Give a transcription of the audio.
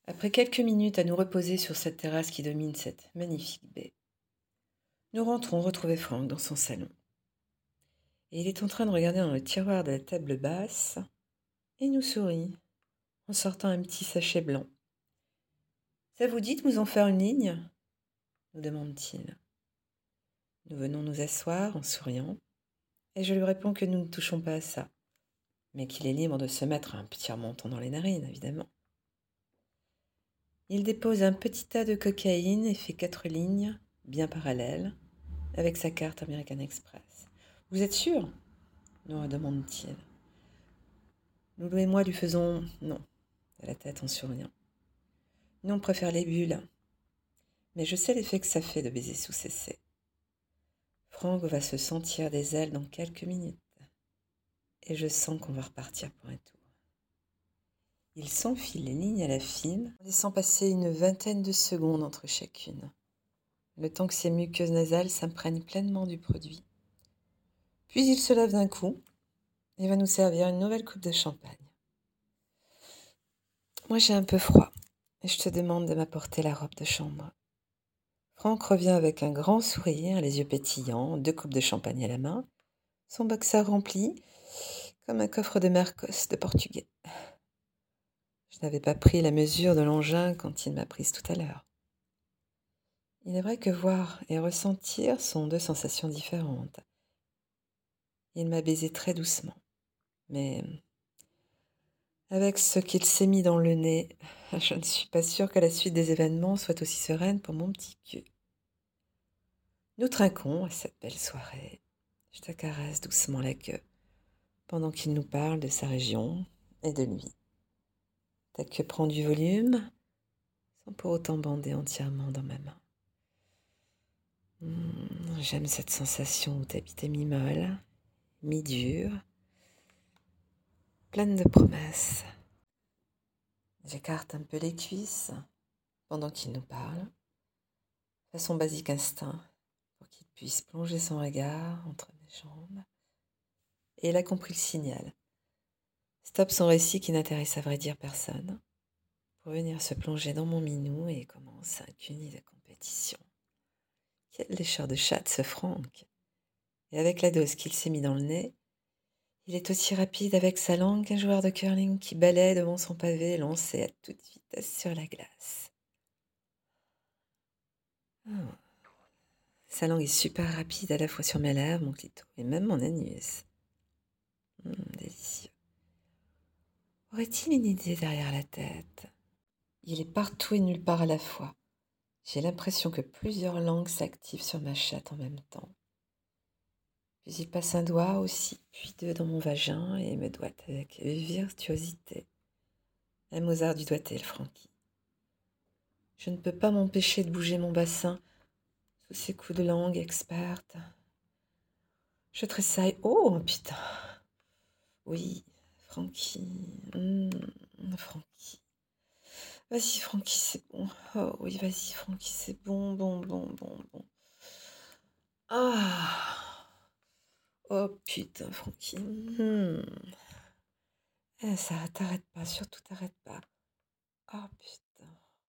Après quelques minutes à nous reposer sur cette terrasse qui domine cette magnifique baie, nous rentrons retrouver Franck dans son salon. Et il est en train de regarder dans le tiroir de la table basse et nous sourit en sortant un petit sachet blanc. Ça vous dit de nous en faire une ligne nous demande-t-il. Nous venons nous asseoir en souriant et je lui réponds que nous ne touchons pas à ça, mais qu'il est libre de se mettre un petit menton dans les narines, évidemment. Il dépose un petit tas de cocaïne et fait 4 lignes, bien parallèles, avec sa carte American Express. Vous êtes sûr nous redemande-t-il. Loulou et moi lui faisons non, de la tête en souriant. Nous, on préfère les bulles, mais je sais l'effet que ça fait de baiser sous cessé. Franck va se sentir des ailes dans quelques minutes, et je sens qu'on va repartir pour un tour. Il s'enfile les lignes à la fine, en laissant passer une vingtaine de secondes entre chacune, le temps que ses muqueuses nasales s'imprègnent pleinement du produit. Puis il se lève d'un coup et va nous servir une nouvelle coupe de champagne. Moi, j'ai un peu froid, et je te demande de m'apporter la robe de chambre. Franck revient avec un grand sourire, les yeux pétillants, 2 coupes de champagne à la main, son boxer rempli, comme un coffre de Mercos de portugais. Je n'avais pas pris la mesure de l'engin quand il m'a prise tout à l'heure. Il est vrai que voir et ressentir sont 2 sensations différentes. Il m'a baisé très doucement, mais avec ce qu'il s'est mis dans le nez, je ne suis pas sûre que la suite des événements soit aussi sereine pour mon petit cul. Nous trinquons à cette belle soirée. Je te caresse doucement la queue, pendant qu'il nous parle de sa région et de lui. Ta queue prend du volume, sans pour autant bander entièrement dans ma main. J'aime cette sensation où t'habites mi-molle, mi-dure, pleine de promesses. J'écarte un peu les cuisses pendant qu'il nous parle, façon basique instinct, pour qu'il puisse plonger son regard entre mes jambes. Et il a compris le signal. Stoppe son récit qui n'intéresse à vrai dire personne, pour venir se plonger dans mon minou et commence un cuni de compétition. Quel lécheur de chatte ce Franck! Et avec la dose qu'il s'est mis dans le nez, il est aussi rapide avec sa langue qu'un joueur de curling qui balaie devant son pavé lancé à toute vitesse sur la glace. Ah. Sa langue est super rapide à la fois sur mes lèvres, mon clito et même mon anus. Délicieux. Aurait-il une idée derrière la tête? Il est partout et nulle part à la fois. J'ai l'impression que plusieurs langues s'activent sur ma chatte en même temps. Puis il passe un doigt aussi, puis 2 dans mon vagin et me doite avec virtuosité. Un Mozart du doigté, le Francky. Je ne peux pas m'empêcher de bouger mon bassin sous ses coups de langue experte. Je tressaille. Oh, putain. Oui, Francky. Francky. Vas-y, Francky, c'est bon. Oh oui, vas-y, Francky, c'est bon, bon, bon, bon, bon. Ah. Oh putain, Francky. Ça t'arrête pas, surtout t'arrête pas. Oh putain.